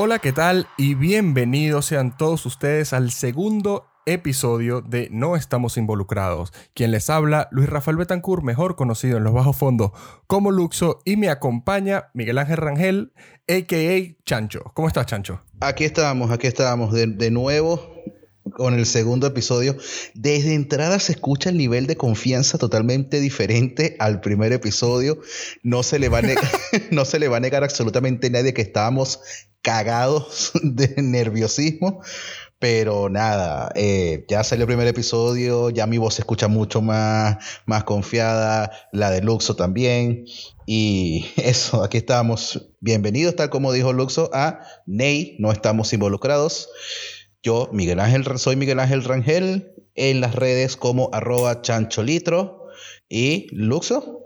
Hola, ¿qué tal? Y bienvenidos sean todos ustedes al segundo episodio de No Estamos Involucrados. Quien les habla, Luis Rafael Betancourt, mejor conocido en los bajos fondos como Luxo, y me acompaña Miguel Ángel Rangel, a.k.a. Chancho. ¿Cómo estás, Chancho? Aquí estamos de nuevo con el segundo episodio. Desde entrada se escucha el nivel de confianza totalmente diferente al primer episodio. No se le va a negar absolutamente a nadie que estábamos cagados de nerviosismo. Pero nada, ya salió el primer episodio, ya mi voz se escucha mucho más confiada, la de Luxo también. Y eso, aquí estamos. Bienvenidos, tal como dijo Luxo, a Ney, No Estamos Involucrados. Yo, soy Miguel Ángel Rangel, en las redes como @chancholitro. Y Luxo,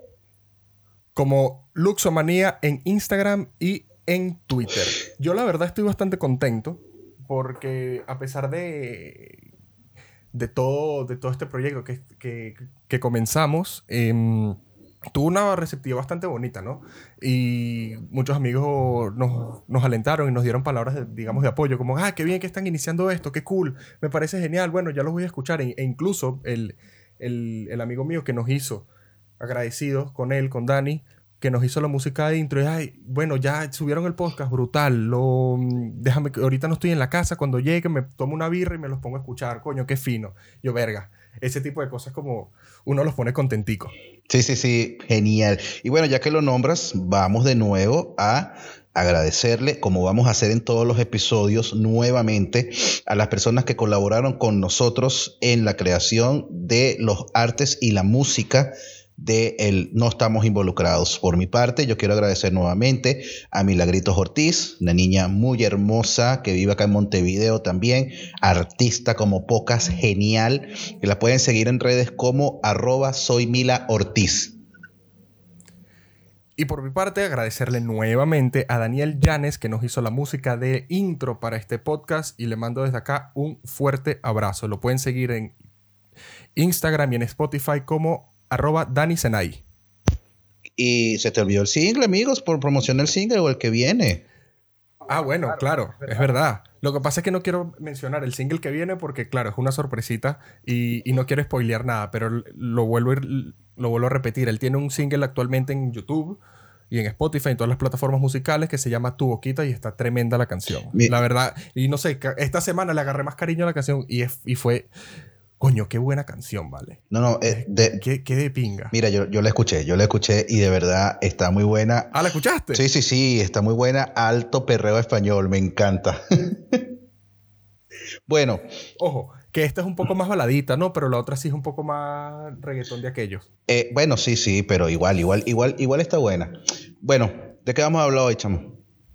como Luxomanía en Instagram y en Twitter. Yo la verdad estoy bastante contento porque a pesar de todo este proyecto que comenzamos, tuvo una receptividad bastante bonita, ¿no? Y muchos amigos nos alentaron y nos dieron palabras de apoyo, como, qué bien que están iniciando esto, qué cool, me parece genial, bueno, ya los voy a escuchar. E incluso el amigo mío que nos hizo, agradecidos con él, con Dani, que nos hizo la música de intro, bueno, ya subieron el podcast, brutal, déjame que ahorita no estoy en la casa, cuando llegue me tomo una birra y me los pongo a escuchar, coño, qué fino. Yo, verga, ese tipo de cosas como uno los pone contentico. Sí, genial. Y bueno, ya que lo nombras, vamos de nuevo a agradecerle, como vamos a hacer en todos los episodios, nuevamente a las personas que colaboraron con nosotros en la creación de los artes y la música de el No Estamos Involucrados. Por mi parte, yo quiero agradecer nuevamente a Milagritos Ortiz, una niña muy hermosa que vive acá en Montevideo también, artista como pocas, genial, que la pueden seguir en redes como @soymilaortiz. Y por mi parte, agradecerle nuevamente a Daniel Llanes, que nos hizo la música de intro para este podcast, y le mando desde acá un fuerte abrazo. Lo pueden seguir en Instagram y en Spotify como @DaniSenai. Y se te olvidó el single, amigos, por promocionar el single o el que viene. Bueno, claro, es verdad. Lo que pasa es que no quiero mencionar el single que viene porque, claro, es una sorpresita y no quiero spoilear nada, pero lo vuelvo a repetir. Él tiene un single actualmente en YouTube y en Spotify, en todas las plataformas musicales, que se llama Tu Boquita, y está tremenda la canción. La verdad, y no sé, esta semana le agarré más cariño a la canción y fue... Coño, qué buena canción, ¿vale? No, qué de pinga. Mira, yo la escuché y de verdad está muy buena. ¿La escuchaste? Sí, está muy buena. Alto perreo español, me encanta. Bueno. Ojo, que esta es un poco más baladita, ¿no? Pero la otra sí es un poco más reggaetón de aquellos. Bueno, sí, pero igual está buena. Bueno, ¿de qué vamos a hablar hoy, chamo?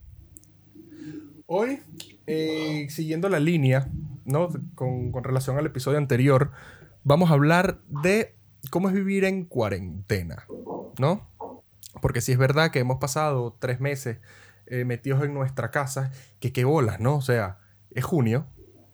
Hoy, siguiendo la línea, ¿no? Con relación al episodio anterior, vamos a hablar de cómo es vivir en cuarentena, ¿no? Porque sí es verdad que hemos pasado 3 meses metidos en nuestra casa, que qué bolas, ¿no? O sea, es junio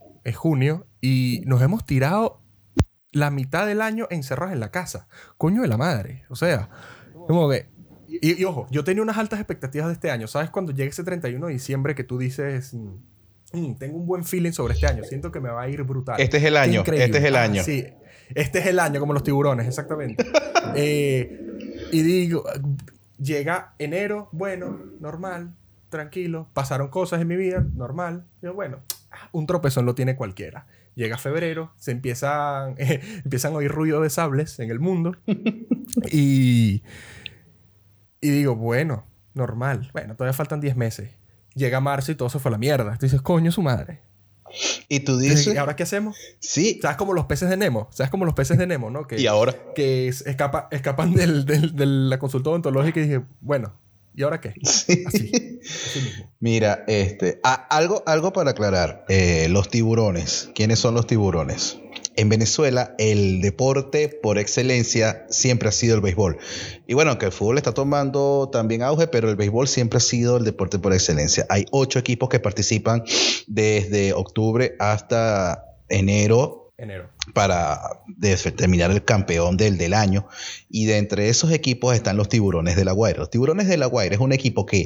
y nos hemos tirado la mitad del año encerrados en la casa. Coño de la madre. O sea, como que... Y ojo, yo tenía unas altas expectativas de este año. ¿Sabes? Cuando llegue ese 31 de diciembre que tú dices... tengo un buen feeling sobre este año. Siento que me va a ir brutal. Este es el año. Sí, este es el año, como los tiburones, exactamente. Y digo, llega enero, bueno, normal, tranquilo. Pasaron cosas en mi vida, normal. Yo, bueno, un tropezón lo tiene cualquiera. Llega febrero, empiezan a oír ruido de sables en el mundo. Y digo, bueno, normal. Bueno, todavía faltan 10 meses. Llega marzo y todo se fue a la mierda. Tú dices, coño, su madre. Y tú dices... ¿Y ahora qué hacemos? Sí. ¿Sabes como los peces de Nemo? ¿No? ¿Y ahora? Que escapan de la consulta odontológica y dije, bueno, ¿y ahora qué? Sí. Así mismo. Mira, algo para aclarar. Los tiburones. ¿Quiénes son los tiburones? En Venezuela, el deporte por excelencia siempre ha sido el béisbol. Y bueno, que el fútbol está tomando también auge, pero el béisbol siempre ha sido el deporte por excelencia. Hay 8 equipos que participan desde octubre hasta enero. Para determinar el campeón del año. Y de entre esos equipos están los Tiburones de La Guaira. Los Tiburones de La Guaira es un equipo que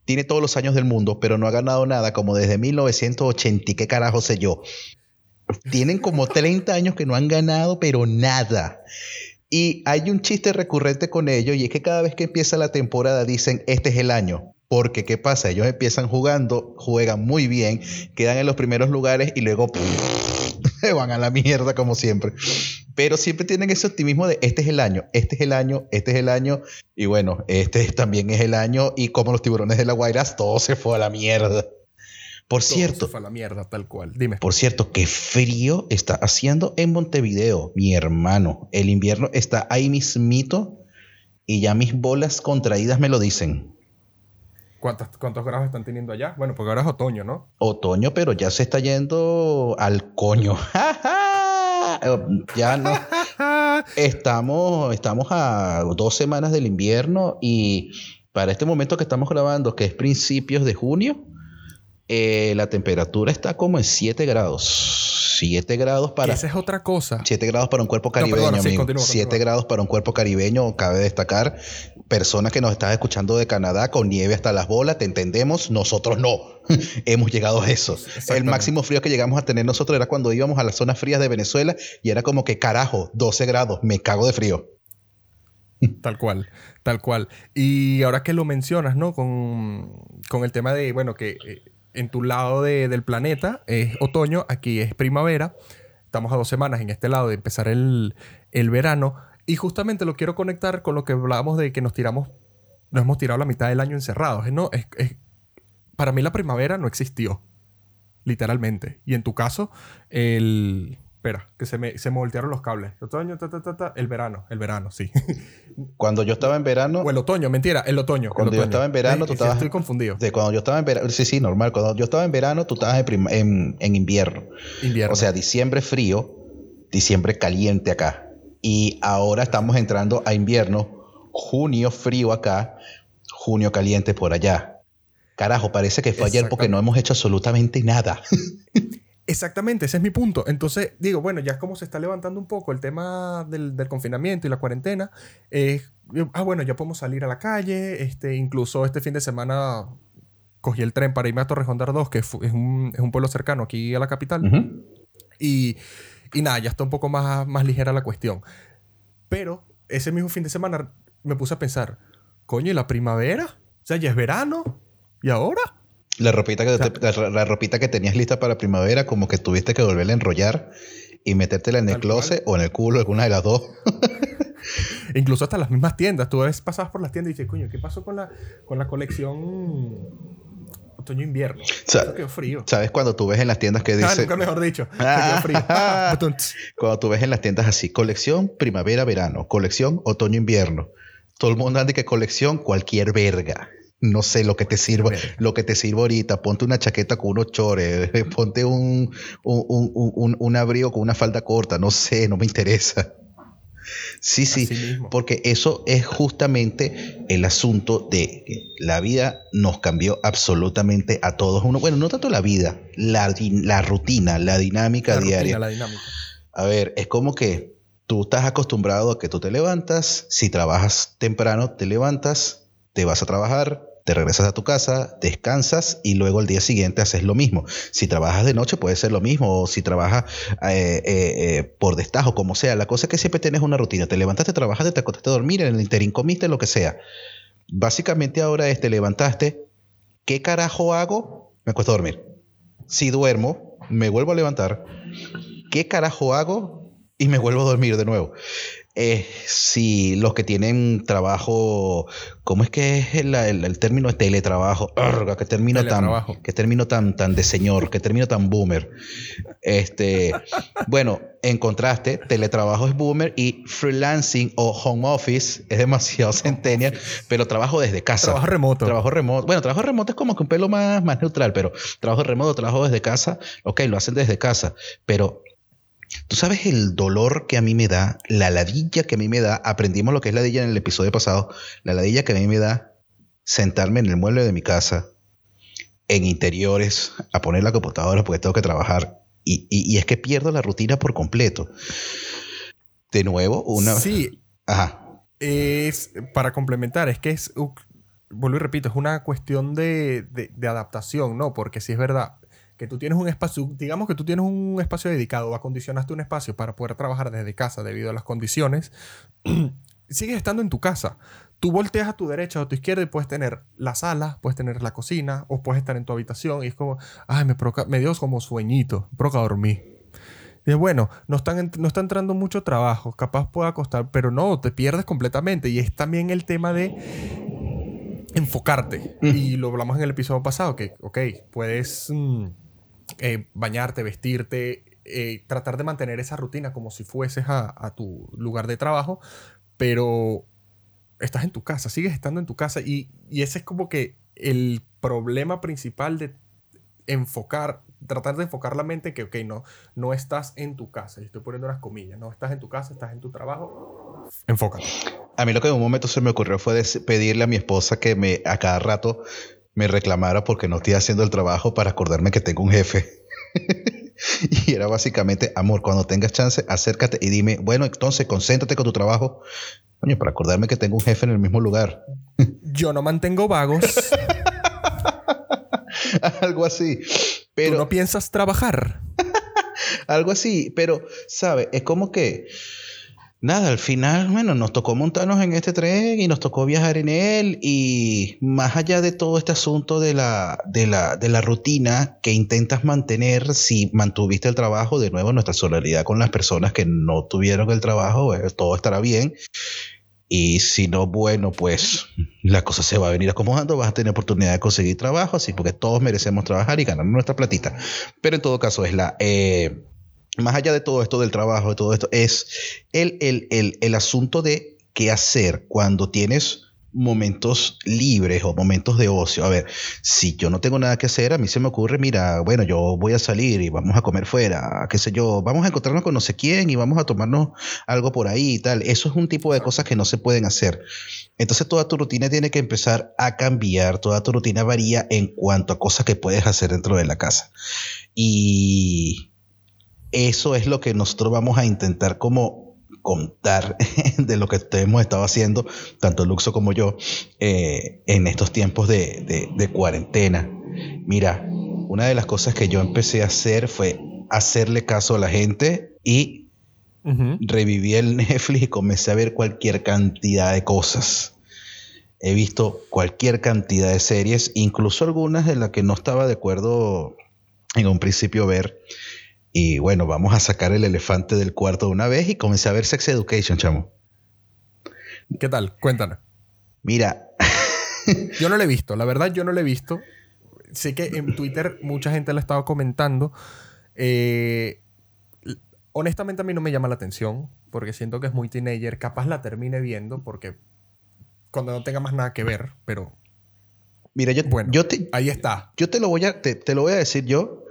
tiene todos los años del mundo, pero no ha ganado nada como desde 1980 y qué carajo sé yo. Tienen como 30 años que no han ganado, pero nada. Y hay un chiste recurrente con ellos y es que cada vez que empieza la temporada dicen, este es el año. Porque, ¿qué pasa? Ellos empiezan jugando, juegan muy bien, quedan en los primeros lugares y luego se van a la mierda como siempre. Pero siempre tienen ese optimismo de este es el año, este es el año, este es el año. Y bueno, este también es el año. Y como los Tiburones de la Guaira, todo se fue a la mierda. Por cierto, todo se fue a la mierda, tal cual. Dime. Por cierto, qué frío está haciendo en Montevideo, mi hermano. El invierno está ahí mismito y ya mis bolas contraídas me lo dicen. ¿Cuántos grados están teniendo allá? Bueno, porque ahora es otoño, ¿no? Otoño, pero ya se está yendo al coño. Ya no. Estamos a 2 semanas del invierno y para este momento que estamos grabando, que es principios de junio, la temperatura está como en 7 grados. 7 grados para... Esa es otra cosa. 7 grados para un cuerpo caribeño, no, perdona, amigo. Sí, continúa. 7 grados para un cuerpo caribeño, cabe destacar. Personas que nos están escuchando de Canadá con nieve hasta las bolas, te entendemos, nosotros no. Hemos llegado a eso. El máximo frío que llegamos a tener nosotros era cuando íbamos a las zonas frías de Venezuela y era como que, carajo, 12 grados, me cago de frío. Tal cual, tal cual. Y ahora que lo mencionas, ¿no? Con el tema de, bueno, que... en tu lado del planeta es otoño, aquí es primavera. Estamos a 2 semanas en este lado de empezar el verano. Y justamente lo quiero conectar con lo que hablábamos de que nos hemos tirado la mitad del año encerrados. ¿No? Para mí la primavera no existió, literalmente. Y en tu caso, espera, que se me voltearon los cables. Otoño, el verano, sí. Cuando yo estaba en verano... O el otoño, mentira, el otoño. Cuando yo estaba en verano, tú estabas... Estoy confundido. Cuando yo estaba en verano... Sí, normal. Cuando yo estaba en verano, tú estabas en invierno. Invierno. O sea, diciembre frío, diciembre caliente acá. Y ahora estamos entrando a invierno, junio frío acá, junio caliente por allá. Carajo, parece que fue ayer porque no hemos hecho absolutamente nada. Exactamente, ese es mi punto. Entonces, digo, bueno, ya como se está levantando un poco el tema del confinamiento y la cuarentena, bueno, ya podemos salir a la calle. Incluso este fin de semana cogí el tren para irme a Torrejón de Ardoz, que es un pueblo cercano aquí a la capital. Uh-huh. Y nada, ya está un poco más ligera la cuestión. Pero ese mismo fin de semana me puse a pensar, coño, ¿y la primavera? O sea, ya es verano. ¿Y ahora? La ropita que tenías lista para primavera, como que tuviste que volverla a enrollar y metértela en el closet o en el culo, alguna de las dos. Incluso hasta las mismas tiendas. Tú pasabas por las tiendas y dices, coño, ¿qué pasó con la colección otoño-invierno? Eso quedó frío. ¿Sabes cuando tú ves en las tiendas que dice... nunca mejor dicho. Quedó frío. Cuando tú ves en las tiendas así, colección primavera-verano, colección otoño-invierno. Todo el mundo anda de que colección cualquier verga. No sé lo que te sirva, ahorita. Ponte una chaqueta con unos chores, ponte un abrigo con una falda corta, no sé, no me interesa. Sí, porque eso es justamente el asunto de que la vida nos cambió absolutamente a todos. Bueno, no tanto la vida, la rutina, la dinámica diaria. A ver, es como que tú estás acostumbrado a que tú te levantas, si trabajas temprano, te levantas, te vas a trabajar, te regresas a tu casa, descansas y luego al día siguiente haces lo mismo. Si trabajas de noche puede ser lo mismo, o si trabajas por destajo, como sea. La cosa es que siempre tienes una rutina. Te levantaste, trabajaste, te acostaste a dormir, en el interín comiste, lo que sea. Básicamente ahora te levantaste. ¿Qué carajo hago? Me acuesto a dormir. Si duermo, me vuelvo a levantar. ¿Qué carajo hago? Y me vuelvo a dormir de nuevo. Si los que tienen trabajo, ¿cómo es que es el término de teletrabajo? Qué término tan de señor, qué término tan boomer. Bueno, en contraste, teletrabajo es boomer y freelancing o home office es demasiado centennial, pero trabajo desde casa. Trabajo remoto. Bueno, trabajo remoto es como que un pelo más neutral, pero trabajo remoto, trabajo desde casa, ok, lo hacen desde casa, pero ¿tú sabes el dolor que a mí me da? La ladilla que a mí me da. Aprendimos lo que es ladilla en el episodio pasado. La ladilla que a mí me da sentarme en el mueble de mi casa, en interiores, a poner la computadora porque tengo que trabajar. Y es que pierdo la rutina por completo. De nuevo, Sí. Ajá. Es para complementar, es que vuelvo y repito, es una cuestión de adaptación, ¿no? Porque si es verdad que tú tienes un espacio, digamos que tú tienes un espacio dedicado o acondicionaste un espacio para poder trabajar desde casa debido a las condiciones, sigues estando en tu casa. Tú volteas a tu derecha o a tu izquierda y puedes tener la sala, puedes tener la cocina o puedes estar en tu habitación y es como, ay, me dio como sueñito, me provoca dormir. Y es bueno, no está entrando mucho trabajo, capaz pueda costar, pero no, te pierdes completamente. Y es también el tema de enfocarte. Y lo hablamos en el episodio pasado, que, ok, puedes bañarte, vestirte, tratar de mantener esa rutina como si fueses a tu lugar de trabajo, pero estás en tu casa, sigues estando en tu casa y ese es como que el problema principal de tratar de enfocar la mente que, ok, no estás en tu casa, y estoy poniendo unas comillas, no estás en tu casa, estás en tu trabajo, enfócate. A mí lo que en un momento se me ocurrió fue pedirle a mi esposa que a cada rato me reclamara porque no estoy haciendo el trabajo para acordarme que tengo un jefe. Y era básicamente, amor, cuando tengas chance, acércate y dime, bueno, entonces concéntrate con tu trabajo. Coño, para acordarme que tengo un jefe en el mismo lugar. Yo no mantengo vagos. Algo así. Pero, ¿tú no piensas trabajar? Algo así, pero, ¿sabes? Es como que, nada, al final, bueno, nos tocó montarnos en este tren y nos tocó viajar en él y más allá de todo este asunto de la rutina que intentas mantener si mantuviste el trabajo, de nuevo, nuestra solidaridad con las personas que no tuvieron el trabajo, todo estará bien. Y si no, bueno, pues la cosa se va a venir acomodando, vas a tener oportunidad de conseguir trabajo, así porque todos merecemos trabajar y ganar nuestra platita. Pero en todo caso, más allá de todo esto del trabajo, de todo esto, es el asunto de qué hacer cuando tienes momentos libres o momentos de ocio. A ver, si yo no tengo nada que hacer, a mí se me ocurre, mira, bueno, yo voy a salir y vamos a comer fuera, qué sé yo, vamos a encontrarnos con no sé quién y vamos a tomarnos algo por ahí y tal. Eso es un tipo de cosas que no se pueden hacer. Entonces toda tu rutina tiene que empezar a cambiar, toda tu rutina varía en cuanto a cosas que puedes hacer dentro de la casa. Y eso es lo que nosotros vamos a intentar como contar de lo que hemos estado haciendo, tanto Luxo como yo, en estos tiempos de cuarentena. Mira, una de las cosas que yo empecé a hacer fue hacerle caso a la gente y reviví el Netflix y comencé a ver cualquier cantidad de cosas. He visto cualquier cantidad de series, incluso algunas de las que no estaba de acuerdo en un principio ver. Y bueno, vamos a sacar el elefante del cuarto de una vez y comencé a ver Sex Education, chamo. ¿Qué tal? Cuéntanos. Mira. Yo no lo he visto, la verdad yo no lo he visto. Sé que en Twitter mucha gente lo ha estado comentando. Honestamente a mí no me llama la atención porque siento que es muy teenager. Capaz la termine viendo porque cuando no tenga más nada que ver, pero... Mira, ahí está. Yo te lo voy a decir yo.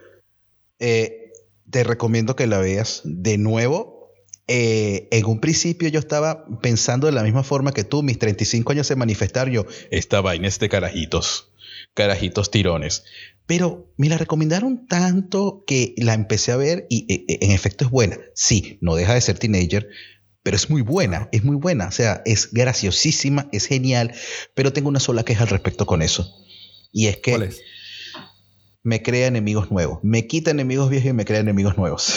Te recomiendo que la veas de nuevo. En un principio yo estaba pensando de la misma forma que tú, mis 35 años se manifestaron, yo, esta vaina es de carajitos tirones. Pero me la recomendaron tanto que la empecé a ver y en efecto es buena. Sí, no deja de ser teenager, pero es muy buena, es muy buena. O sea, es graciosísima, es genial, pero tengo una sola queja al respecto con eso. Y es que... ¿Cuál es? Me crea enemigos nuevos. Me quita enemigos viejos y me crea enemigos nuevos.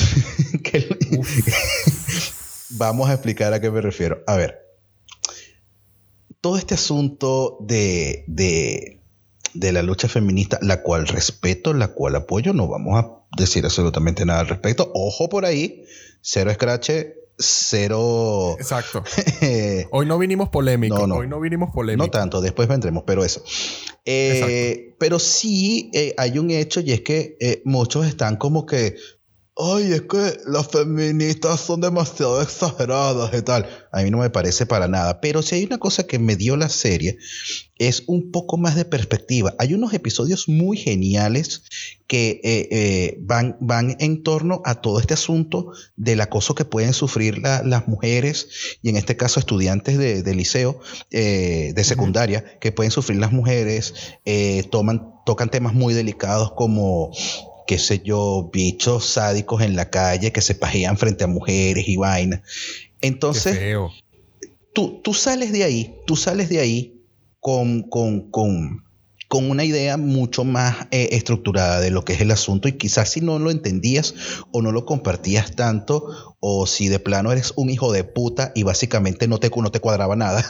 Vamos a explicar a qué me refiero. A ver. Todo este asunto de la lucha feminista, la cual respeto, la cual apoyo, no vamos a decir absolutamente nada al respecto. Ojo por ahí. Cero escrache. Cero... Exacto. Hoy no vinimos polémicos. No. Hoy no vinimos polémicos. No tanto, después vendremos, pero eso. Pero sí hay un hecho y es que muchos están como que, ay, es que las feministas son demasiado exageradas y tal. A mí no me parece para nada. Pero si hay una cosa que me dio la serie, es un poco más de perspectiva. Hay unos episodios muy geniales que van en torno a todo este asunto del acoso que pueden sufrir las mujeres, y en este caso estudiantes de liceo, de secundaria, que pueden sufrir las mujeres. Tocan temas muy delicados como... qué sé yo, bichos sádicos en la calle que se pajean frente a mujeres y vaina. Entonces, tú sales de ahí con una idea mucho más estructurada de lo que es el asunto, y quizás si no lo entendías o no lo compartías tanto, o si de plano eres un hijo de puta y básicamente no te cuadraba nada,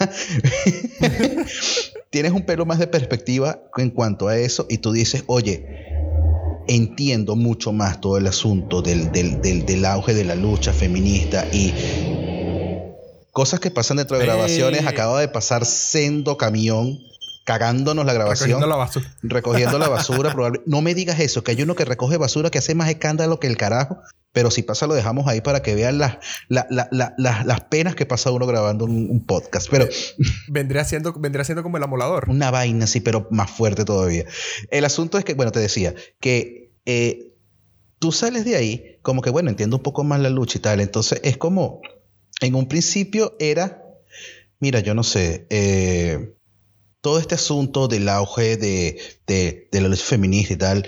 tienes un pelo más de perspectiva en cuanto a eso y tú dices, oye, entiendo mucho más todo el asunto del auge de la lucha feminista y cosas que pasan dentro de grabaciones. Acaba de pasar sendo camión cagándonos la grabación. Recogiendo la basura. No me digas eso, que hay uno que recoge basura que hace más escándalo que el carajo. Pero si pasa, lo dejamos ahí para que vean las penas que pasa uno grabando un podcast. Pero vendría siendo como el amolador. Una vaina así, pero más fuerte todavía. El asunto es que, bueno, te decía que tú sales de ahí como que, bueno, entiendo un poco más la lucha y tal. Entonces es como, en un principio era, mira, yo no sé, todo este asunto del auge de la lucha feminista y tal,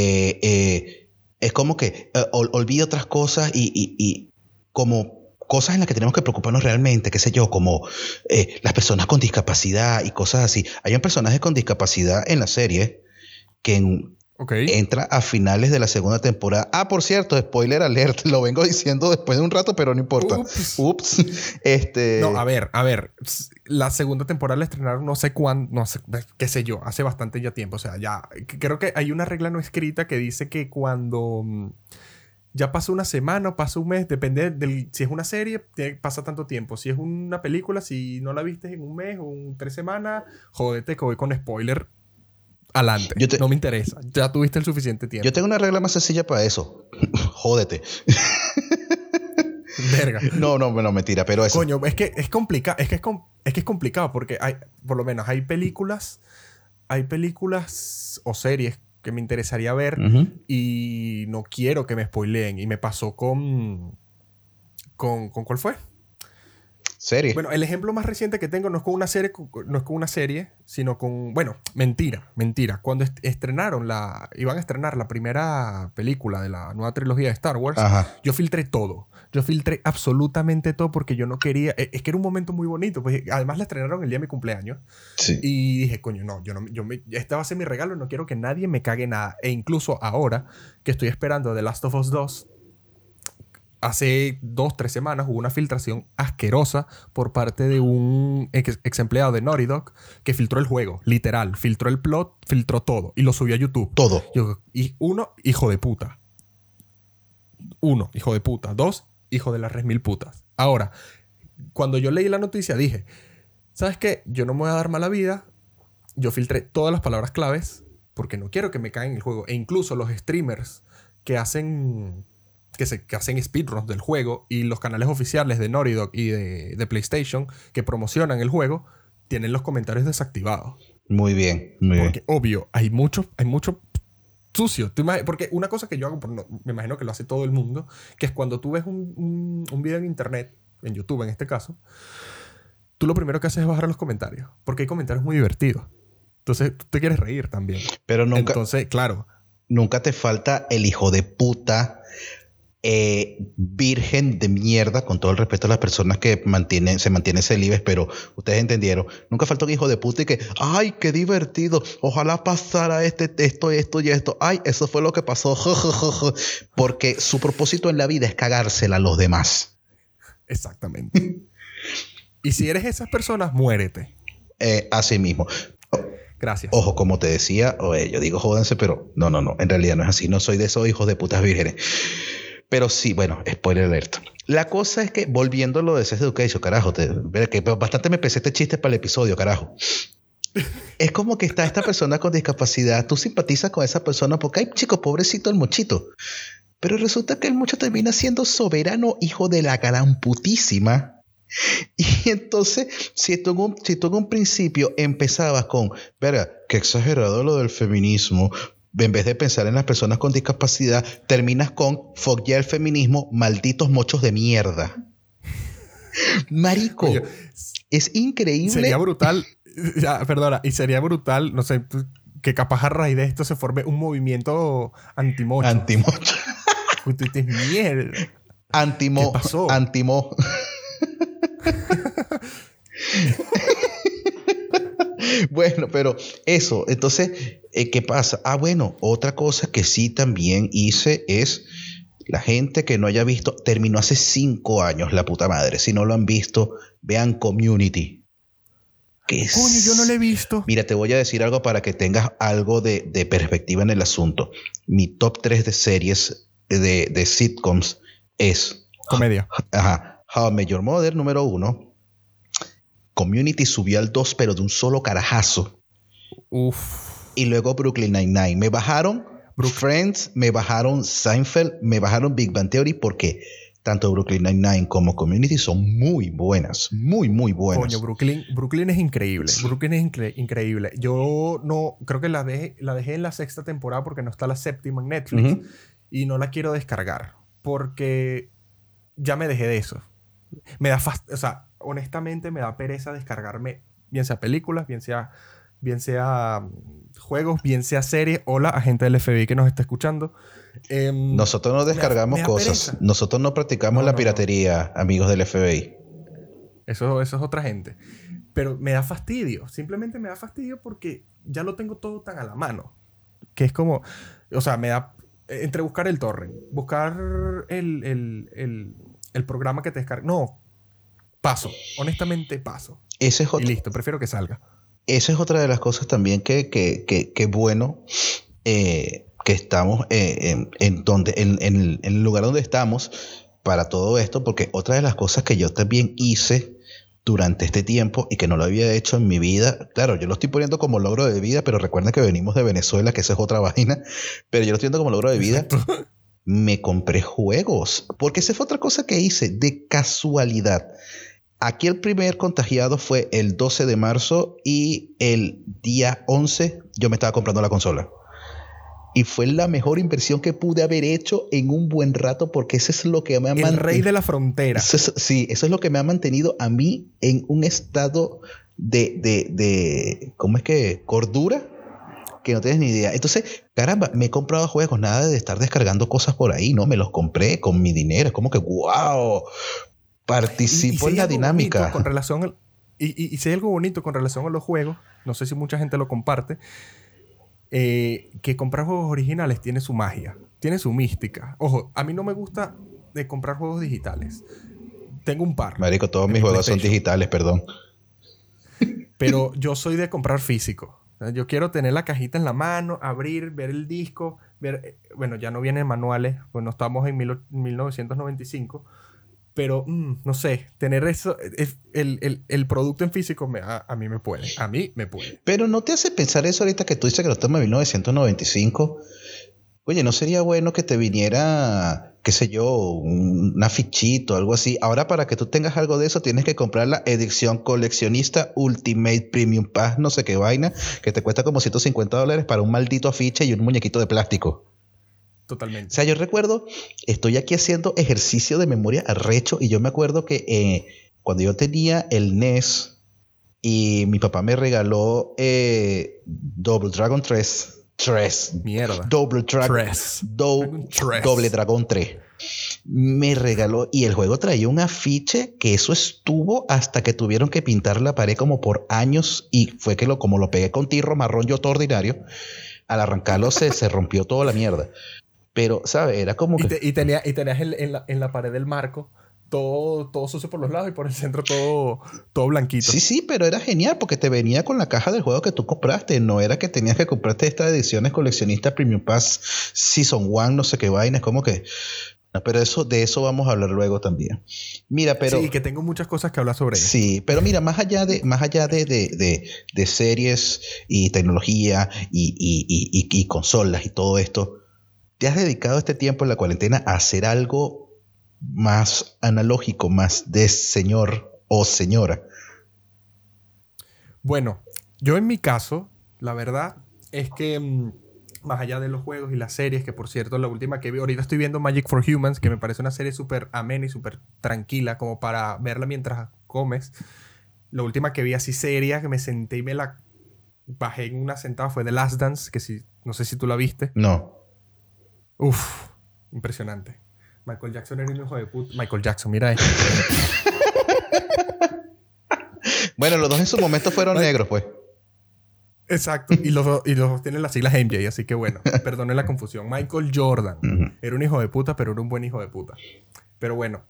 es como que olvida otras cosas y como cosas en las que tenemos que preocuparnos realmente, qué sé yo, como las personas con discapacidad y cosas así. Hay un personaje con discapacidad en la serie que entra a finales de la segunda temporada. Ah, por cierto, spoiler alert, lo vengo diciendo después de un rato, pero no importa. Ups. No, a ver. La segunda temporada la estrenaron no sé cuándo, no sé, qué sé yo, hace bastante ya tiempo. O sea, ya creo que hay una regla no escrita que dice que cuando ya pasa una semana o pasa un mes, depende si es una serie, pasa tanto tiempo. Si es una película, si no la viste en un mes o en 3 semanas, jódete que voy con spoiler. Adelante, no me interesa. Ya tuviste el suficiente tiempo. Yo tengo una regla más sencilla para eso. Jódete. Verga. No, mentira, pero eso. Coño, es que es complicado. Es que es complicado porque por lo menos hay películas o series que me interesaría ver y no quiero que me spoileen. Y me pasó con ¿cuál fue? Serie. Bueno, el ejemplo más reciente que tengo no es con una serie, sino con... Bueno, mentira. Cuando iban a estrenar la primera película de la nueva trilogía de Star Wars, yo filtré todo. Yo filtré absolutamente todo porque yo no quería... Es que era un momento muy bonito. Pues, además la estrenaron el día de mi cumpleaños. Sí. Y dije, coño, no, este va a ser mi regalo y no quiero que nadie me cague nada. E incluso ahora que estoy esperando The Last of Us 2... Hace 2-3 semanas hubo una filtración asquerosa por parte de un ex empleado de Naughty Dog que filtró el juego, literal. Filtró el plot, filtró todo y lo subió a YouTube. Todo. Y uno, hijo de puta. 1, hijo de puta. 2, hijo de las 3000 putas. Ahora, cuando yo leí la noticia dije, ¿sabes qué? Yo no me voy a dar mala vida. Yo filtré todas las palabras claves porque no quiero que me caigan el juego. E incluso los streamers que hacen speedruns del juego y los canales oficiales de Naughty Dog y de PlayStation que promocionan el juego tienen los comentarios desactivados. Muy bien. Porque obvio, hay mucho sucio. Porque una cosa que yo hago, me imagino que lo hace todo el mundo, que es cuando tú ves un video en internet, en YouTube en este caso, tú lo primero que haces es bajar los comentarios, porque hay comentarios muy divertidos. Entonces tú te quieres reír también. Pero nunca... Entonces, claro. Nunca te falta el hijo de puta... virgen de mierda, con todo el respeto a las personas que se mantienen celibes, pero ustedes entendieron. Nunca falta un hijo de puta y que, ay, qué divertido, ojalá pasara esto y esto, ay, eso fue lo que pasó, porque su propósito en la vida es cagársela a los demás. Exactamente. Y si eres esas personas, muérete. Así mismo. Gracias. Ojo, como te decía, yo digo jódanse, pero no, en realidad no es así, no soy de esos hijos de putas vírgenes. Pero sí, bueno, spoiler alert. La cosa es que, volviendo a lo de Sex Education, carajo, que bastante me pesé este chiste para el episodio, carajo. Es como que está esta persona con discapacidad, tú simpatizas con esa persona porque, ay, chico, pobrecito el mochito. Pero resulta que el mocho termina siendo soberano hijo de la gran putísima. Y entonces, si tú en un principio empezabas con, verga, qué exagerado lo del feminismo, en vez de pensar en las personas con discapacidad, terminas con fuck ya el feminismo, malditos mochos de mierda. Marico, oye, es increíble. Sería brutal, y sería brutal, no sé, que capaz a raíz de esto se forme un movimiento antimocho. Antimocho. Mierda. Antimo. ¿Qué pasó? Bueno, pero eso, entonces, ¿qué pasa? Bueno, otra cosa que sí también hice es la gente que no haya visto, terminó hace 5 años, la puta madre. Si no lo han visto, vean Community. Coño, yo no lo he visto. Mira, te voy a decir algo para que tengas algo de perspectiva en el asunto. Mi top 3 de series de sitcoms es... Comedia. How I Met Your Mother, número 1. Community subió al 2, pero de un solo carajazo. Y luego Brooklyn Nine-Nine. Me bajaron Friends, me bajaron Seinfeld, me bajaron Big Bang Theory porque tanto Brooklyn Nine-Nine como Community son muy buenas. Muy, muy buenas. Coño, Brooklyn es increíble. Sí. Brooklyn es increíble. Yo no... Creo que la dejé en la 6ª temporada porque no está la 7ª en Netflix. Y no la quiero descargar. Porque ya me dejé de eso. Me da o sea, honestamente me da pereza descargarme, bien sea películas, bien sea juegos, bien sea series. Hola, agente del FBI que nos está escuchando. Nosotros no descargamos cosas. Pereza. Nosotros no practicamos la piratería, amigos del FBI. Eso es otra gente. Pero me da fastidio. Simplemente me da fastidio porque ya lo tengo todo tan a la mano. Que es como... O sea, me da... Entre buscar el torrent, buscar el programa que te descarga. No, paso. Honestamente, paso. Ese es y listo, prefiero que salga. Esa es otra de las cosas también que bueno que estamos en el lugar donde estamos para todo esto, porque otra de las cosas que yo también hice durante este tiempo y que no lo había hecho en mi vida, claro, yo lo estoy poniendo como logro de vida, pero recuerden que venimos de Venezuela, que esa es otra vaina, pero yo lo estoy viendo como logro de vida. Me compré juegos, porque esa fue otra cosa que hice de casualidad. Aquí el primer contagiado fue el 12 de marzo y el día 11 yo me estaba comprando la consola. Y fue la mejor inversión que pude haber hecho en un buen rato, porque eso es lo que me ha mantenido... El rey de la frontera. Sí, eso es lo que me ha mantenido a mí en un estado de ¿cómo es que? Cordura, que no tienes ni idea. Entonces, caramba, me he comprado juegos, nada de estar descargando cosas por ahí, ¿no? Me los compré con mi dinero. Es como que, wow, participo en la dinámica. Con relación y si hay algo bonito con relación a los juegos, no sé si mucha gente lo comparte, que comprar juegos originales tiene su magia, tiene su mística. Ojo, a mí no me gusta de comprar juegos digitales. Tengo un par. Marico, todos mis juegos son digitales, perdón. Pero yo soy de comprar físico. Yo quiero tener la cajita en la mano, abrir, ver el disco, ver... Bueno, ya no vienen manuales, pues no estamos en 1995. Pero, no sé, tener eso, el producto en físico a mí me puede. A mí me puede. Pero ¿no te hace pensar eso ahorita que tú dices que lo estamos en 1995? Oye, ¿no sería bueno que te viniera, qué sé yo, un afichito, algo así? Ahora, para que tú tengas algo de eso, tienes que comprar la edición coleccionista Ultimate Premium Pass, no sé qué vaina, que te cuesta como $150 para un maldito afiche y un muñequito de plástico. Totalmente. O sea, yo recuerdo, estoy aquí haciendo ejercicio de memoria arrecho y yo me acuerdo que cuando yo tenía el NES y mi papá me regaló Double Dragon 3. Mierda. Double Dragon 3. Me regaló y el juego traía un afiche que eso estuvo hasta que tuvieron que pintar la pared como por años y fue que como lo pegué con tirro marrón yo todo ordinario, al arrancarlo se rompió toda la mierda. Pero, ¿sabes? Era como que... Y tenías en la pared del marco todo sucio por los lados y por el centro todo blanquito. Sí, pero era genial porque te venía con la caja del juego que tú compraste. No era que tenías que comprarte estas ediciones coleccionistas Premium Pass Season 1, no sé qué vaina. Es como que... No, pero de eso vamos a hablar luego también. Mira, pero... Sí, que tengo muchas cosas que hablar sobre eso. Sí, pero mira, más allá de series y tecnología y consolas y todo esto, ¿te has dedicado este tiempo en la cuarentena a hacer algo más analógico, más de señor o señora? Bueno, yo en mi caso, la verdad es que más allá de los juegos y las series, que por cierto, la última que vi, ahorita estoy viendo Magic for Humans, que me parece una serie súper amena y súper tranquila, como para verla mientras comes. La última que vi así seria, que me senté y me la bajé en una sentada, fue The Last Dance, que no sé si tú la viste. No. Uf, impresionante. Michael Jackson era un hijo de puta. Michael Jackson, mira esto. Bueno, los dos en su momento fueron negros, pues. Exacto. Y los tienen las siglas MJ, así que bueno, perdone la confusión. Michael Jordan. Era un hijo de puta, pero era un buen hijo de puta. Pero bueno,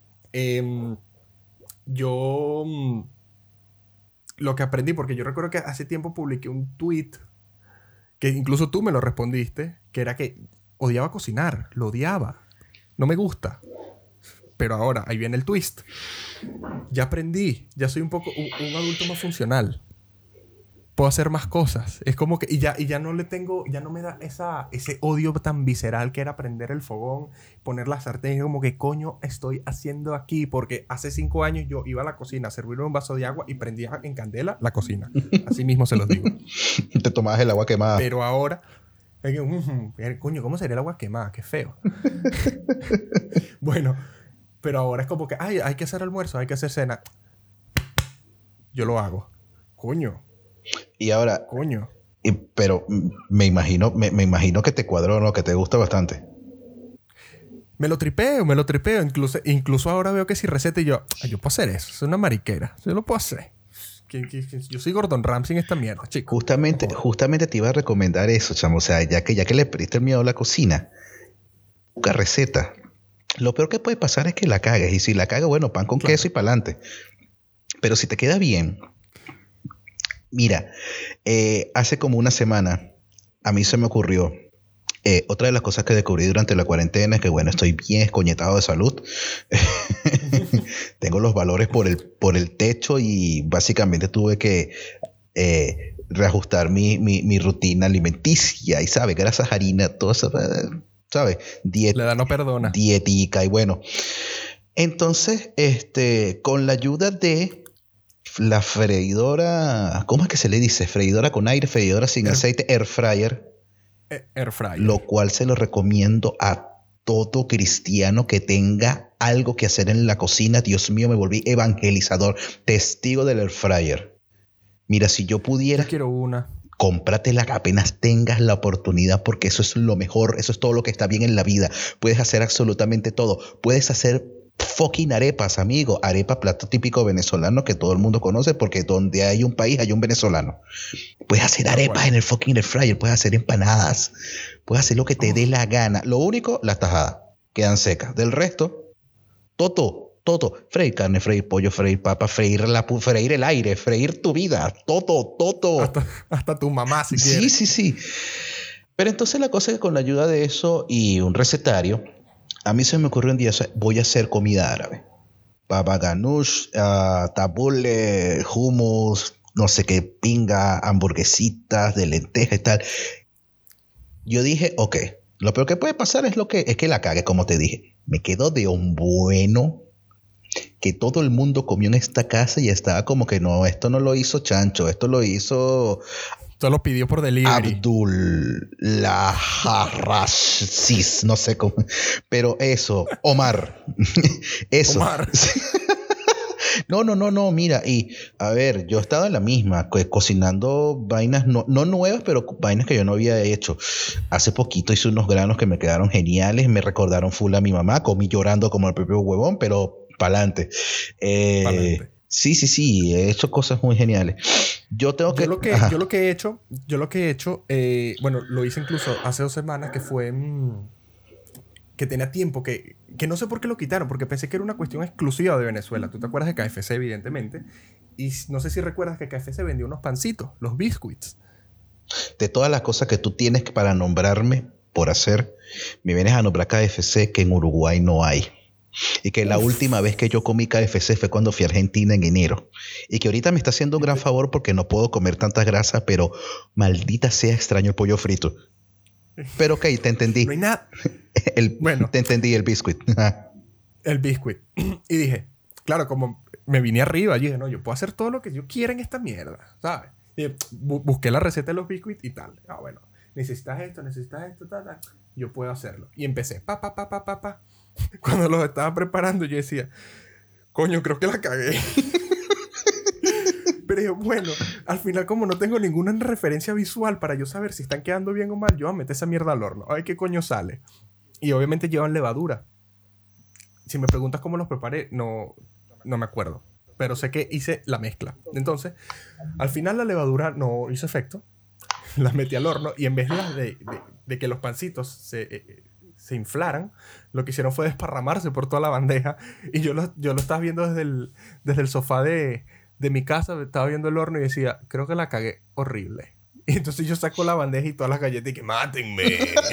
yo lo que aprendí, porque yo recuerdo que hace tiempo publiqué un tweet, que incluso tú me lo respondiste, que era que odiaba cocinar, lo odiaba. No me gusta. Pero ahora, ahí viene el twist. Ya aprendí, ya soy un poco un adulto más funcional. Puedo hacer más cosas. Es como que... Y ya no le tengo... Ya no me da ese odio tan visceral que era prender el fogón, poner la sartén y como que coño estoy haciendo aquí. Porque hace 5 años yo iba a la cocina a servirme un vaso de agua y prendía en candela la cocina. Así mismo se los digo. Te tomabas el agua quemada. Pero ahora... coño, ¿cómo sería el agua quemada? Qué feo. Bueno, pero ahora es como que... Ay, hay que hacer almuerzo, hay que hacer cena. Yo lo hago. Coño. Y ahora... Coño. Pero me imagino que te cuadró, ¿no? Que te gusta bastante. Me lo tripeo. Incluso ahora veo que si receta y yo puedo hacer eso. Es una mariquera. Yo lo puedo hacer. Yo soy Gordon Ramsay en esta mierda, chico. Justamente te iba a recomendar eso, chamo. O sea, ya que le perdiste el miedo a la cocina, busca receta. Lo peor que puede pasar es que la cagues. Y si la cagas, bueno, pan con queso y para adelante. Pero si te queda bien... Mira, hace como una semana a mí se me ocurrió, otra de las cosas que descubrí durante la cuarentena es que, bueno, estoy bien escoñetado de salud. Tengo los valores por el techo y básicamente tuve que reajustar mi rutina alimenticia y, ¿sabes? Grasas, harina, todo eso, ¿sabes? La edad no perdona. Dietica y bueno. Entonces, con la ayuda de... la freidora, ¿cómo es que se le dice? Freidora con aire, freidora sin aceite, air fryer. Air fryer. Lo cual se lo recomiendo a todo cristiano que tenga algo que hacer en la cocina. Dios mío, me volví evangelizador, testigo del air fryer. Mira, si yo pudiera... Yo quiero una. Cómpratela apenas tengas la oportunidad porque eso es lo mejor, eso es todo lo que está bien en la vida. Puedes hacer absolutamente todo. Puedes hacer fucking arepas, amigo. Arepa, plato típico venezolano que todo el mundo conoce porque donde hay un país hay un venezolano. Puedes hacer arepas en el fucking air fryer, puedes hacer empanadas, puedes hacer lo que te dé la gana. Lo único, las tajadas quedan secas. Del resto, todo. Freír carne, freír pollo, freír papa, freír el aire, freír tu vida. Todo. Hasta tu mamá si quieres. Sí. Pero entonces la cosa es que con la ayuda de eso y un recetario, a mí se me ocurrió un día, voy a hacer comida árabe. Baba ganoush, tabule, hummus, no sé qué, pinga, hamburguesitas de lenteja y tal. Yo dije, ok, lo peor que puede pasar es que la cague, como te dije. Me quedó de un bueno que todo el mundo comió en esta casa y estaba como que no, esto no lo hizo Chancho, esto lo hizo... Esto lo pidió por delivery. Abdul Laharashis, no sé cómo. Pero eso, Omar. Eso. Omar. No, mira, y a ver, yo estaba en la misma, cocinando vainas no nuevas, pero vainas que yo no había hecho. Hace poquito hice unos granos que me quedaron geniales, me recordaron full a mi mamá, comí llorando como el propio huevón, pero pa'lante. Sí, he hecho cosas muy geniales. Yo lo que he hecho, bueno, lo hice incluso hace 2 semanas, que fue que tenía tiempo, que no sé por qué lo quitaron, porque pensé que era una cuestión exclusiva de Venezuela. Tú te acuerdas de KFC, evidentemente, y no sé si recuerdas que KFC vendía unos pancitos, los biscuits. De todas las cosas que tú tienes para nombrarme por hacer, me vienes a nombrar KFC que en Uruguay no hay. Y que la última vez que yo comí KFC fue cuando fui a Argentina en enero. Y que ahorita me está haciendo un gran favor porque no puedo comer tantas grasas, pero maldita sea, extraño el pollo frito. Pero ok, te entendí. No hay nada. Te entendí el biscuit. El biscuit. Y dije, claro, como me vine arriba, yo dije, no, yo puedo hacer todo lo que yo quiera en esta mierda, ¿sabes? Y busqué la receta de los biscuits y tal. Bueno, necesitas esto, tal. Yo puedo hacerlo. Y empecé, pa. Cuando los estaba preparando, yo decía, coño, creo que la cagué. Pero yo, bueno, al final, como no tengo ninguna referencia visual para yo saber si están quedando bien o mal, yo voy a meter esa mierda al horno. A ver qué coño sale. Y obviamente llevan levadura. Si me preguntas cómo los preparé, no me acuerdo. Pero sé que hice la mezcla. Entonces, al final la levadura no hizo efecto. las metí al horno y en vez de que los pancitos se inflaran, lo que hicieron fue desparramarse por toda la bandeja. Y yo lo estaba viendo desde el sofá de mi casa, estaba viendo el horno y decía, creo que la cagué horrible. Y entonces yo saco la bandeja y todas las galletas y que mátenme.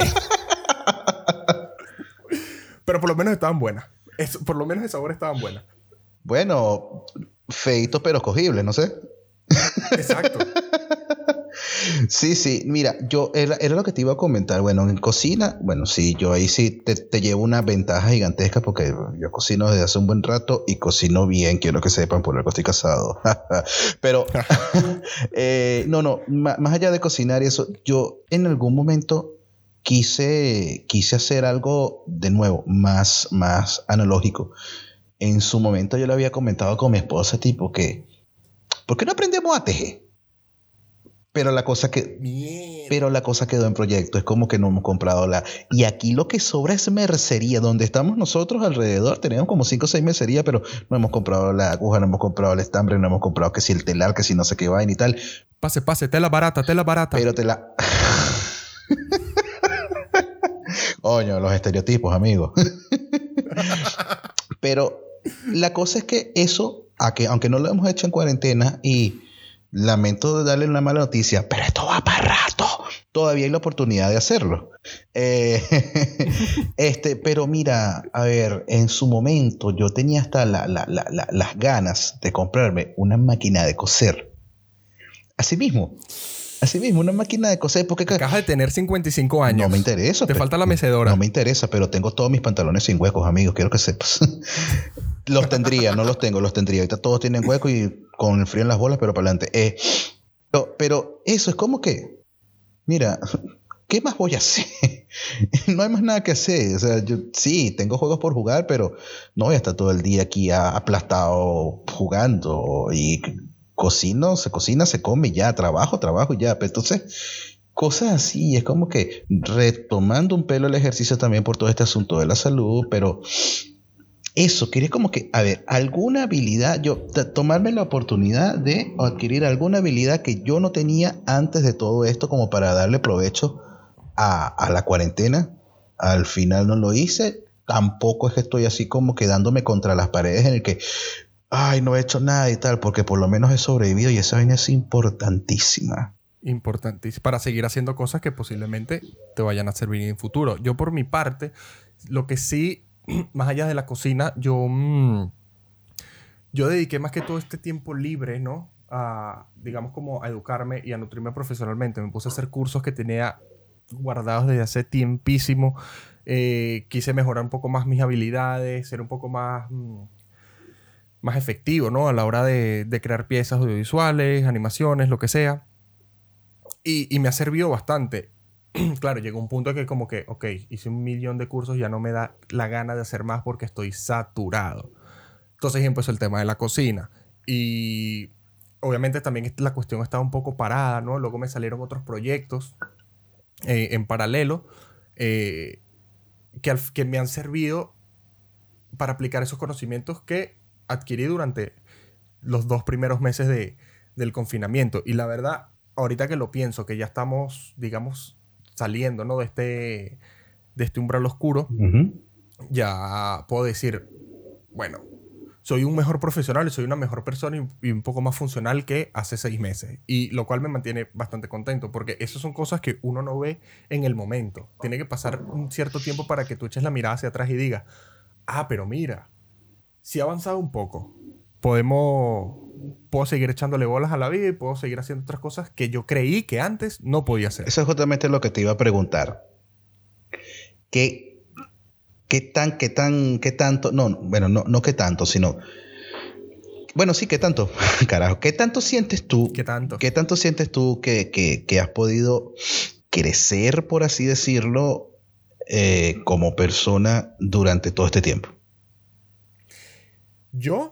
Pero por lo menos estaban buenas. Por lo menos de sabor estaban buenas. Bueno, feito pero cogible, no sé. Exacto. Sí, mira, era lo que te iba a comentar. Bueno, en cocina, bueno, sí, yo ahí sí te llevo una ventaja gigantesca porque yo cocino desde hace un buen rato y cocino bien, quiero que sepan, por algo estoy casado. Pero, no, más allá de cocinar y eso, yo en algún momento quise hacer algo de nuevo, más analógico. En su momento yo le había comentado con mi esposa, tipo que, ¿por qué no aprendemos a tejer? Pero la cosa quedó en proyecto. Es como que no hemos comprado Y aquí lo que sobra es mercería. Donde estamos nosotros alrededor, tenemos como 5 o 6 mercerías, pero no hemos comprado la aguja, no hemos comprado el estambre, no hemos comprado que si el telar, que si no sé qué vaina y tal. Pase, tela barata. Pero Coño, los estereotipos, amigos. Pero la cosa es que eso, aunque no lo hemos hecho en cuarentena y lamento darle una mala noticia, pero esto va para rato. Todavía hay la oportunidad de hacerlo. Pero mira, a ver, en su momento yo tenía hasta las ganas de comprarme una máquina de coser. Asimismo, una máquina de coser. Porque acabas de tener 55 años. No me interesa. Te falta la mecedora. No me interesa, pero tengo todos mis pantalones sin huecos, amigos. Quiero que sepas. Los tendría, no los tengo, los tendría. Ahorita todos tienen hueco y con el frío en las bolas, pero para adelante. Pero eso es como que, mira, ¿qué más voy a hacer? No hay más nada que hacer. O sea, yo sí, tengo juegos por jugar, pero no voy a estar todo el día aquí aplastado jugando. Y se cocina, se come ya, trabajo y ya. Pero entonces, cosas así. Es como que retomando un pelo el ejercicio también por todo este asunto de la salud, pero... Eso, quería como que, a ver, alguna habilidad, tomarme la oportunidad de adquirir alguna habilidad que yo no tenía antes de todo esto como para darle provecho a la cuarentena. Al final no lo hice. Tampoco es que estoy así como quedándome contra las paredes en el que, ay, no he hecho nada y tal, porque por lo menos he sobrevivido y esa vaina es importantísima. Importantísima. Para seguir haciendo cosas que posiblemente te vayan a servir en el futuro. Yo por mi parte, lo que sí... Más allá de la cocina, yo dediqué más que todo este tiempo libre, ¿no? Digamos como a educarme y a nutrirme profesionalmente. Me puse a hacer cursos que tenía guardados desde hace tiempísimo. Quise mejorar un poco más mis habilidades, ser un poco más efectivo, ¿no? A la hora de crear piezas audiovisuales, animaciones, lo que sea. Y me ha servido bastante. Claro, llegó un punto que como que, ok, hice 1.000.000 de cursos, ya no me da la gana de hacer más porque estoy saturado. Entonces empezó el tema de la cocina. Y obviamente también la cuestión estaba un poco parada, ¿no? Luego me salieron otros proyectos en paralelo que me han servido para aplicar esos conocimientos que adquirí durante los 2 primeros meses del confinamiento. Y la verdad, ahorita que lo pienso, que ya estamos, digamos, saliendo, ¿no? de este umbral oscuro, ya puedo decir, bueno, soy un mejor profesional y soy una mejor persona y un poco más funcional que hace 6 meses. Y lo cual me mantiene bastante contento, porque esas son cosas que uno no ve en el momento. Tiene que pasar un cierto tiempo para que tú eches la mirada hacia atrás y digas, pero mira, si he avanzado un poco, puedo seguir echándole bolas a la vida y puedo seguir haciendo otras cosas que yo creí que antes no podía hacer. Eso es justamente lo que te iba a preguntar. ¿Qué tanto? No qué tanto, sino... Bueno, sí, ¿qué tanto? Carajo, ¿qué tanto sientes tú? ¿Qué tanto? ¿Qué tanto sientes tú que has podido crecer, por así decirlo, como persona durante todo este tiempo? Yo...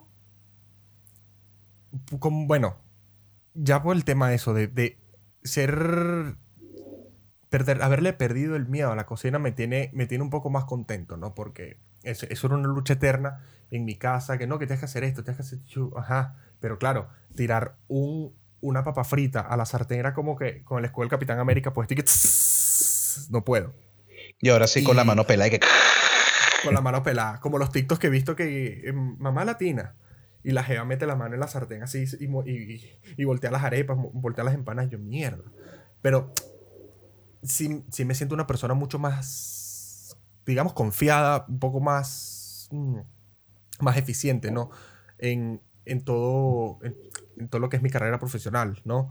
Bueno, ya por el tema de eso, de ser... haberle perdido el miedo a la cocina me tiene un poco más contento, ¿no? Porque eso era una lucha eterna en mi casa, que no, que tienes que hacer esto, tienes que hacer... Ajá, pero claro, tirar un una papa frita a la sartén era como que con el escudo del Capitán América, pues que no puedo. Y ahora sí con la mano pelada y que... Con la mano pelada. Como los TikToks que he visto que mamá latina. Y la jeva mete la mano en la sartén así y voltea las arepas, voltea las empanadas. Yo, mierda. Pero sí me siento una persona mucho más, digamos, confiada, un poco más, más eficiente, ¿no? En todo lo que es mi carrera profesional, ¿no?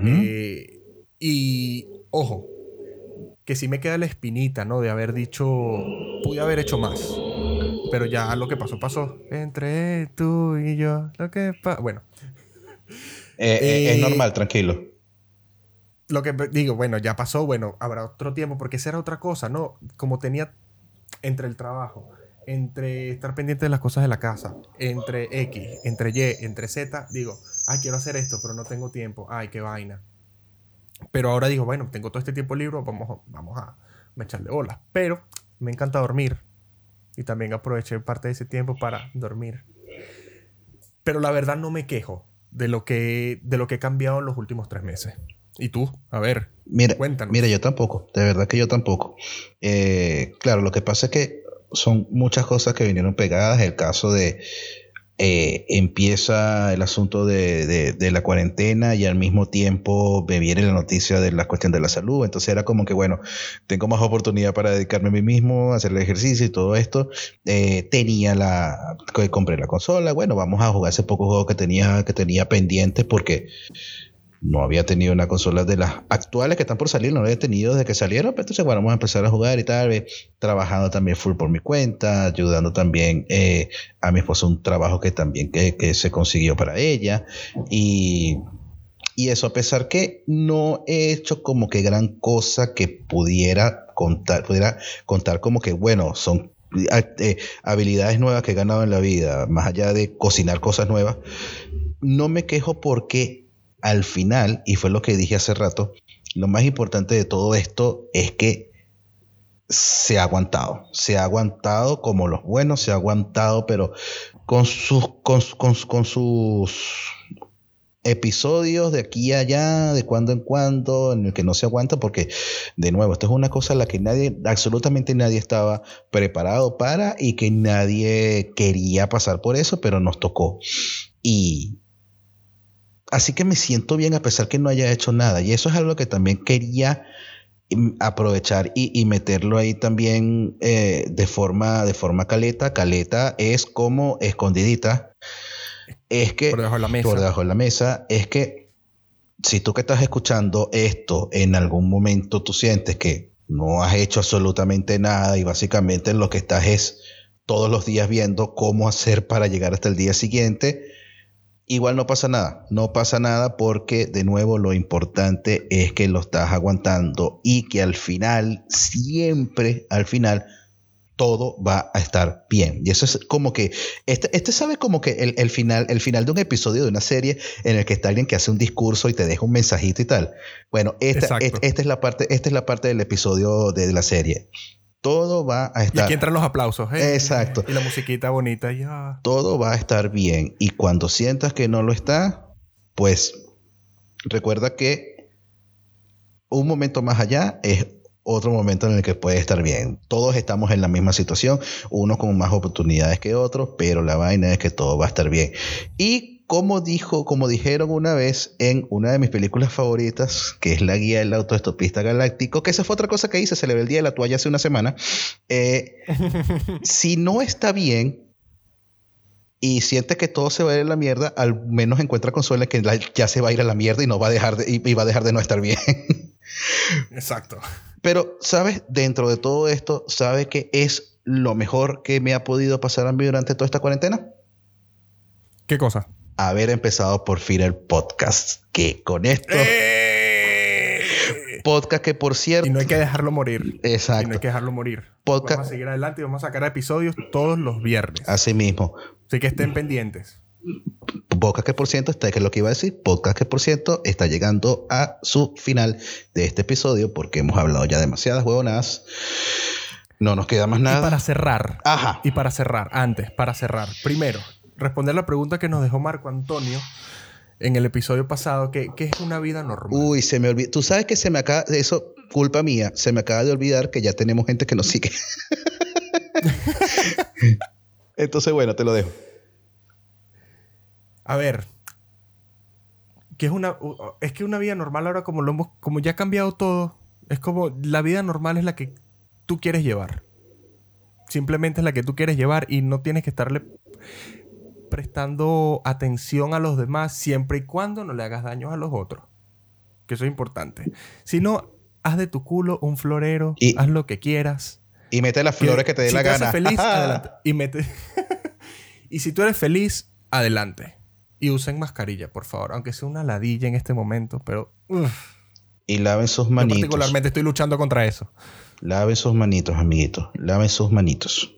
Y, ojo, que sí me queda la espinita, ¿no? De haber dicho, pude haber hecho más. Pero ya lo que pasó, pasó. Entre tú y yo, lo que pasó. Bueno. Es normal, tranquilo. Lo que digo, bueno, ya pasó, bueno, habrá otro tiempo, porque esa era otra cosa, ¿no? Como tenía entre el trabajo, entre estar pendiente de las cosas de la casa, entre X, entre Y, entre Z, digo, ay, quiero hacer esto, pero no tengo tiempo, ay, qué vaina. Pero ahora digo, bueno, tengo todo este tiempo libre, vamos a echarle bolas. Pero me encanta dormir. Y también aproveché parte de ese tiempo para dormir. Pero la verdad no me quejo de lo que he cambiado en los últimos 3 meses. ¿Y tú? A ver, cuéntanos. Mira, yo tampoco. De verdad que yo tampoco. Claro, lo que pasa es que son muchas cosas que vinieron pegadas. El caso de... empieza el asunto de la cuarentena y al mismo tiempo me viene la noticia de la cuestión de la salud. Entonces era como que, bueno, tengo más oportunidad para dedicarme a mí mismo, hacer el ejercicio y todo esto. Compré la consola. Bueno, vamos a jugar ese poco juego que tenía pendientes porque no había tenido una consola de las actuales que están por salir, no había tenido desde que salieron, pero entonces bueno, vamos a empezar a jugar y tal, trabajando también full por mi cuenta, ayudando también a mi esposa un trabajo que también que se consiguió para ella y eso, a pesar que no he hecho como que gran cosa que pudiera contar como que bueno, son habilidades nuevas que he ganado en la vida, más allá de cocinar cosas nuevas, no me quejo porque al final, y fue lo que dije hace rato, lo más importante de todo esto es que se ha aguantado como los buenos, se ha aguantado, pero con sus episodios de aquí a allá, de cuando en cuando, en el que no se aguanta, porque de nuevo, esto es una cosa a la que absolutamente nadie estaba preparado para y que nadie quería pasar por eso, pero nos tocó. Así que me siento bien a pesar que no haya hecho nada. Y eso es algo que también quería aprovechar y meterlo ahí también de forma caleta. Caleta es como escondidita. Es que... Por debajo de la mesa. Por debajo de la mesa. Es que si tú que estás escuchando esto en algún momento tú sientes que no has hecho absolutamente nada y básicamente lo que estás es todos los días viendo cómo hacer para llegar hasta el día siguiente... Igual no pasa nada porque de nuevo lo importante es que lo estás aguantando y que al final, siempre al final, todo va a estar bien. Y eso es como que, sabe como que el final de un episodio de una serie en el que está alguien que hace un discurso y te deja un mensajito y tal. Bueno, esta es la parte del episodio de la serie. Todo va a estar... Y aquí entran los aplausos. Exacto. Y la musiquita bonita. Ya. Todo va a estar bien. Y cuando sientas que no lo está, pues recuerda que un momento más allá es otro momento en el que puede estar bien. Todos estamos en la misma situación, unos con más oportunidades que otros, pero la vaina es que todo va a estar bien. Y como dijeron una vez en una de mis películas favoritas, que es La Guía del Autoestopista Galáctico, que esa fue otra cosa que hice, celebré el Día de la Toalla hace una semana. Si no está bien y siente que todo se va a ir a la mierda, al menos encuentra consuelo que ya se va a ir a la mierda y no va a dejar de no estar bien. Exacto. Pero, ¿sabes? Dentro de todo esto, ¿sabes qué es lo mejor que me ha podido pasar a mí durante toda esta cuarentena? ¿Qué cosa? Haber empezado por fin el podcast. Que con esto... Podcast que, por cierto... Y no hay que dejarlo morir. Exacto. Y no hay que dejarlo morir. Podcast... Vamos a seguir adelante y vamos a sacar episodios todos los viernes. Así mismo. Así que estén pendientes. Podcast que, por cierto, que es lo que iba a decir. Podcast que, por cierto, está llegando a su final de este episodio porque hemos hablado ya demasiadas huevonadas. No nos queda más nada. Y para cerrar. Ajá. Para cerrar. Primero, responder la pregunta que nos dejó Marco Antonio en el episodio pasado, que es una vida normal. Uy, se me olvidó. Tú sabes que se me acaba... Eso, culpa mía. Se me acaba de olvidar que ya tenemos gente que nos sigue. Entonces, bueno, te lo dejo. A ver... Es que una vida normal ahora como ya ha cambiado todo, es como la vida normal es la que tú quieres llevar. Simplemente es la que tú quieres llevar y no tienes que estarle prestando atención a los demás siempre y cuando no le hagas daño a los otros. Que eso es importante. Si no, haz de tu culo un florero, haz lo que quieras. Y mete las flores que te dé la gana. Si te hace feliz, adelante. Y si tú eres feliz, adelante. Y usen mascarilla, por favor. Aunque sea una ladilla en este momento, pero... Y laven sus manitos. Yo particularmente estoy luchando contra eso. Laven sus manitos, amiguitos. Laven sus manitos.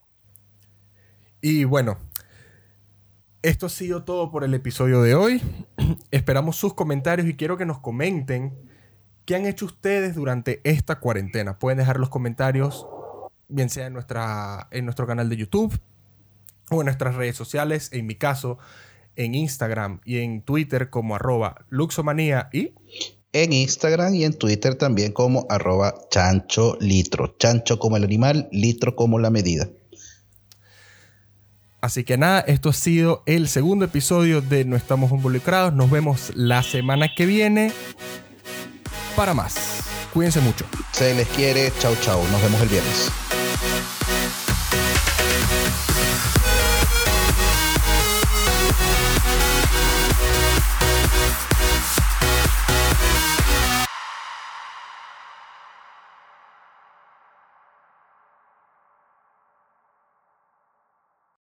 Y bueno, esto ha sido todo por el episodio de hoy. Esperamos sus comentarios y quiero que nos comenten qué han hecho ustedes durante esta cuarentena. Pueden dejar los comentarios, bien sea en nuestro canal de YouTube o en nuestras redes sociales. En mi caso... en Instagram y en Twitter como @luxomanía y en Instagram y en Twitter también como @chancholitro. Chancho como el animal, litro como la medida. Así que nada, esto ha sido el segundo episodio de No Estamos Involucrados. Nos vemos la semana que viene para más. Cuídense mucho. Se les quiere. Chau, chau. Nos vemos el viernes.